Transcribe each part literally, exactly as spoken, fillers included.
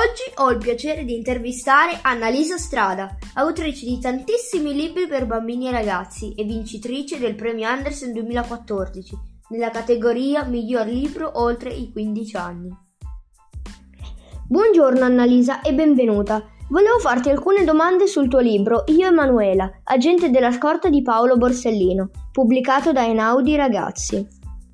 Oggi ho il piacere di intervistare Annalisa Strada, autrice di tantissimi libri per bambini e ragazzi e vincitrice del premio Andersen duemilaquattordici nella categoria Miglior libro oltre i quindici anni. Buongiorno Annalisa e benvenuta. Volevo farti alcune domande sul tuo libro Io e Manuela, agente della scorta di Paolo Borsellino, pubblicato da Einaudi Ragazzi.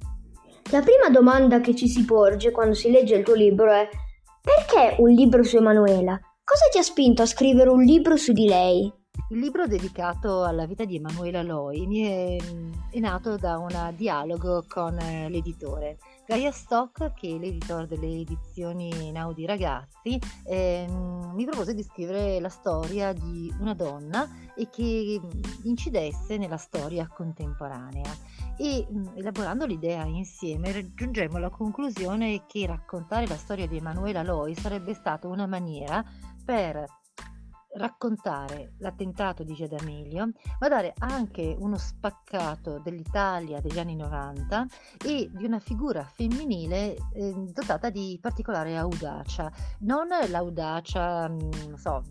La prima domanda che ci si porge quando si legge il tuo libro è: perché un libro su Emanuela? Cosa ti ha spinto a scrivere un libro su di lei? Il libro dedicato alla vita di Emanuela Loi mi è, è nato da un dialogo con l'editore. Gaia Stock, che è l'editor delle edizioni Einaudi Ragazzi, eh, mi propose di scrivere la storia di una donna e che incidesse nella storia contemporanea. E elaborando l'idea insieme raggiungemmo la conclusione che raccontare la storia di Emanuela Loi sarebbe stata una maniera per raccontare l'attentato di Via D'Amelio, ma dare anche uno spaccato dell'Italia degli anni novanta e di una figura femminile eh, dotata di particolare audacia, non l'audacia, non so,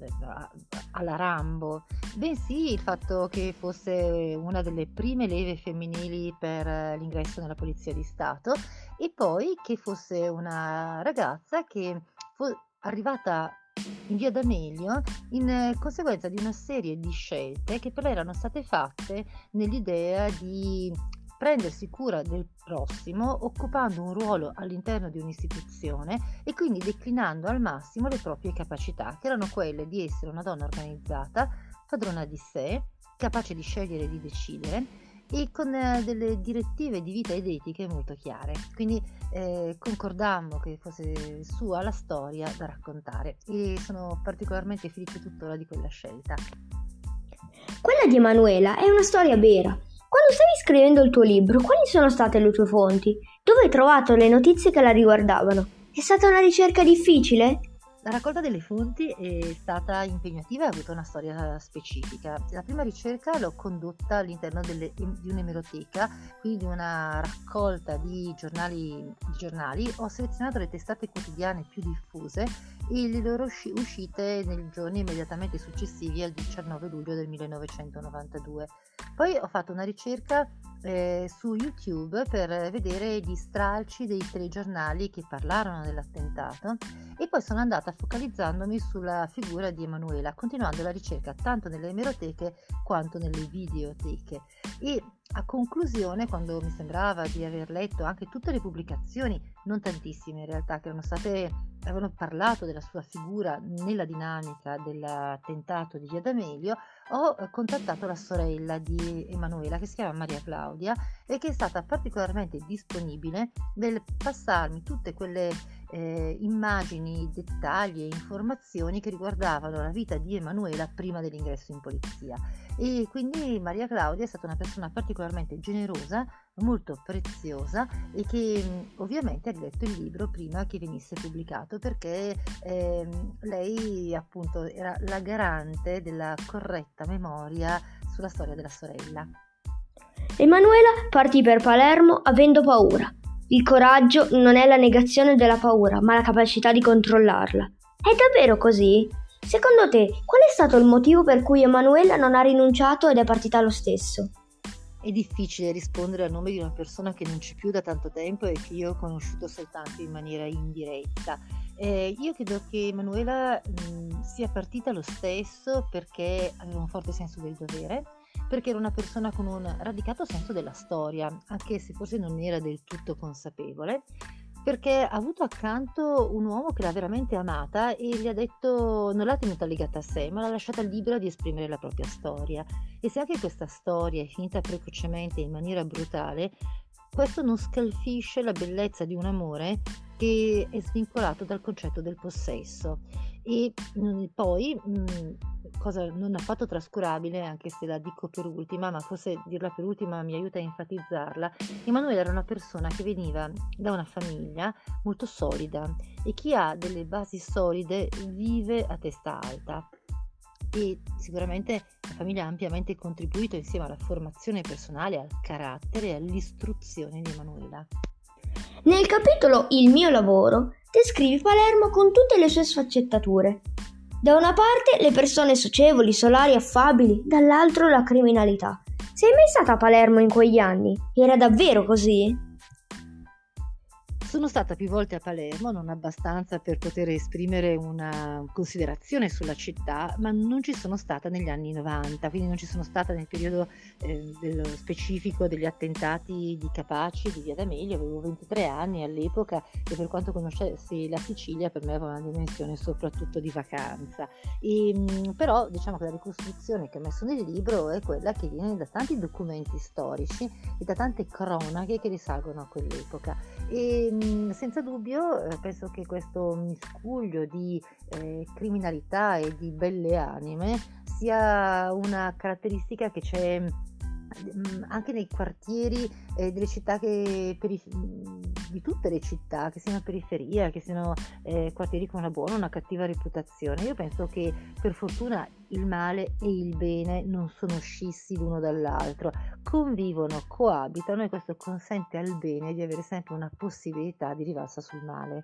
alla Rambo, bensì il fatto che fosse una delle prime leve femminili per l'ingresso nella Polizia di Stato e poi che fosse una ragazza che fu arrivata in Via D'Amelio in conseguenza di una serie di scelte che per lei erano state fatte nell'idea di prendersi cura del prossimo, occupando un ruolo all'interno di un'istituzione e quindi declinando al massimo le proprie capacità, che erano quelle di essere una donna organizzata, padrona di sé, capace di scegliere e di decidere e con eh, delle direttive di vita ed etiche molto chiare. Quindi eh, concordammo che fosse sua la storia da raccontare e sono particolarmente felice tuttora di quella scelta. Quella di Emanuela è una storia vera. Quando stavi scrivendo il tuo libro, quali sono state le tue fonti? Dove hai trovato le notizie che la riguardavano? È stata una ricerca difficile? La raccolta delle fonti è stata impegnativa e ha avuto una storia specifica. La prima ricerca l'ho condotta all'interno delle, di un'emeroteca, quindi di una raccolta di giornali, di giornali. Ho selezionato le testate quotidiane più diffuse e le loro usci- uscite nei giorni immediatamente successivi al diciannove luglio del millenovecentonovantadue. Poi ho fatto una ricerca eh, su YouTube per vedere gli stralci dei telegiornali che parlarono dell'attentato e poi sono andata focalizzandomi sulla figura di Emanuela, continuando la ricerca tanto nelle emeroteche quanto nelle videoteche. E a conclusione, quando mi sembrava di aver letto anche tutte le pubblicazioni, non tantissime in realtà, che erano state, avevano parlato della sua figura nella dinamica dell'attentato di Via D'Amelio, ho contattato la sorella di Emanuela, che si chiama Maria Claudia, e che è stata particolarmente disponibile nel passarmi tutte quelle eh, immagini, dettagli e informazioni che riguardavano la vita di Emanuela prima dell'ingresso in polizia. E quindi Maria Claudia è stata una persona particolarmente generosa, molto preziosa e che mh, ovviamente ha letto il libro prima che venisse pubblicato, perché ehm, lei appunto era la garante della corretta memoria sulla storia della sorella. Emanuela partì per Palermo avendo paura. Il coraggio non è la negazione della paura, ma la capacità di controllarla. È davvero così? Secondo te, qual è stato il motivo per cui Emanuela non ha rinunciato ed è partita lo stesso? È difficile rispondere a nome di una persona che non c'è più da tanto tempo e che io ho conosciuto soltanto in maniera indiretta. Eh, io credo che Emanuela mh, sia partita lo stesso perché aveva un forte senso del dovere, perché era una persona con un radicato senso della storia, anche se forse non era del tutto consapevole, perché ha avuto accanto un uomo che l'ha veramente amata e gli ha detto, non l'ha tenuta legata a sé, ma l'ha lasciata libera di esprimere la propria storia. E se anche questa storia è finita precocemente in maniera brutale, questo non scalfisce la bellezza di un amore che è svincolato dal concetto del possesso. E mh, poi, mh, cosa non affatto trascurabile, anche se la dico per ultima, ma forse dirla per ultima mi aiuta a enfatizzarla, Emanuela era una persona che veniva da una famiglia molto solida e chi ha delle basi solide vive a testa alta. E sicuramente la famiglia ha ampiamente contribuito insieme alla formazione personale, al carattere e all'istruzione di Emanuela. Nel capitolo Il mio lavoro descrivi Palermo con tutte le sue sfaccettature. Da una parte le persone socievoli, solari, affabili, dall'altro la criminalità. Sei mai stata a Palermo in quegli anni? Era davvero così? Sono stata più volte a Palermo, non abbastanza per poter esprimere una considerazione sulla città, ma non ci sono stata negli anni novanta, quindi non ci sono stata nel periodo eh, dello specifico degli attentati di Capaci, di Via D'Amelio. Avevo ventitré anni all'epoca e per quanto conoscessi la Sicilia per me aveva una dimensione soprattutto di vacanza. E, però diciamo che la ricostruzione che ho messo nel libro è quella che viene da tanti documenti storici e da tante cronache che risalgono a quell'epoca. E, senza dubbio penso che questo miscuglio di eh, criminalità e di belle anime sia una caratteristica che c'è mh, anche nei quartieri eh, delle città che perif- di tutte le città, che siano periferia, che siano eh, quartieri con una buona o una cattiva reputazione. Io penso che per fortuna il male e il bene non sono scissi l'uno dall'altro, convivono, coabitano e questo consente al bene di avere sempre una possibilità di rivalsa sul male.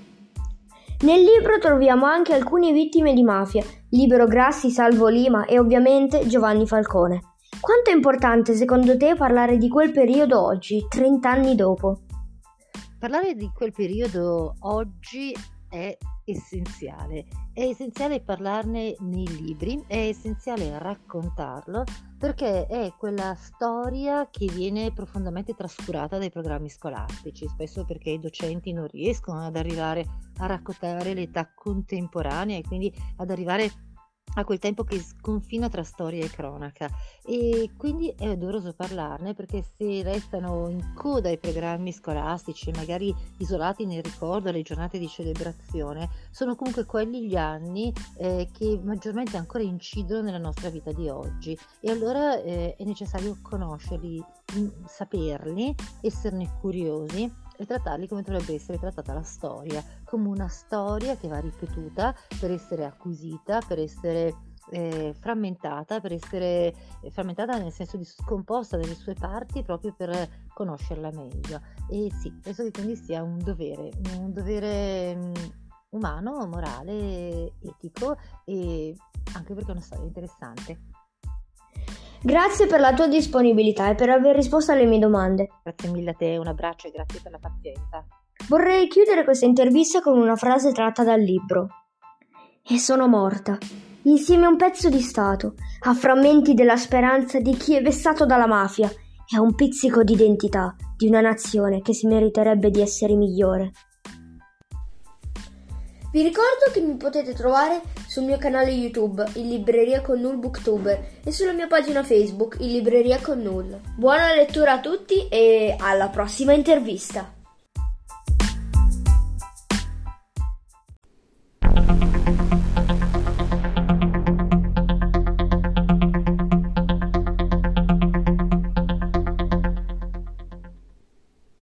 Nel libro troviamo anche alcune vittime di mafia, Libero Grassi, Salvo Lima e ovviamente Giovanni Falcone. Quanto è importante secondo te parlare di quel periodo oggi, trent'anni dopo? Parlare di quel periodo oggi è essenziale, è essenziale parlarne nei libri, è essenziale raccontarlo perché è quella storia che viene profondamente trascurata dai programmi scolastici, spesso perché i docenti non riescono ad arrivare a raccontare l'età contemporanea e quindi ad arrivare a quel tempo che sconfina tra storia e cronaca, e quindi è doveroso parlarne perché se restano in coda ai programmi scolastici, magari isolati nel ricordo alle giornate di celebrazione, sono comunque quelli gli anni eh, che maggiormente ancora incidono nella nostra vita di oggi, e allora eh, è necessario conoscerli, saperli, esserne curiosi e trattarli come dovrebbe essere trattata la storia, come una storia che va ripetuta per essere acquisita, per essere eh, frammentata, per essere eh, frammentata nel senso di scomposta nelle sue parti proprio per conoscerla meglio. E sì, penso che quindi sia un dovere, un dovere mh, umano, morale, etico, e anche perché è una storia interessante. Grazie per la tua disponibilità e per aver risposto alle mie domande. Grazie mille a te, un abbraccio e grazie per la pazienza. Vorrei chiudere questa intervista con una frase tratta dal libro. E sono morta, insieme a un pezzo di Stato, a frammenti della speranza di chi è vessato dalla mafia e a un pizzico di identità di una nazione che si meriterebbe di essere migliore. Vi ricordo che mi potete trovare sul mio canale YouTube, in Libreria con Null Booktuber, e sulla mia pagina Facebook, in Libreria con Null. Buona lettura a tutti e alla prossima intervista!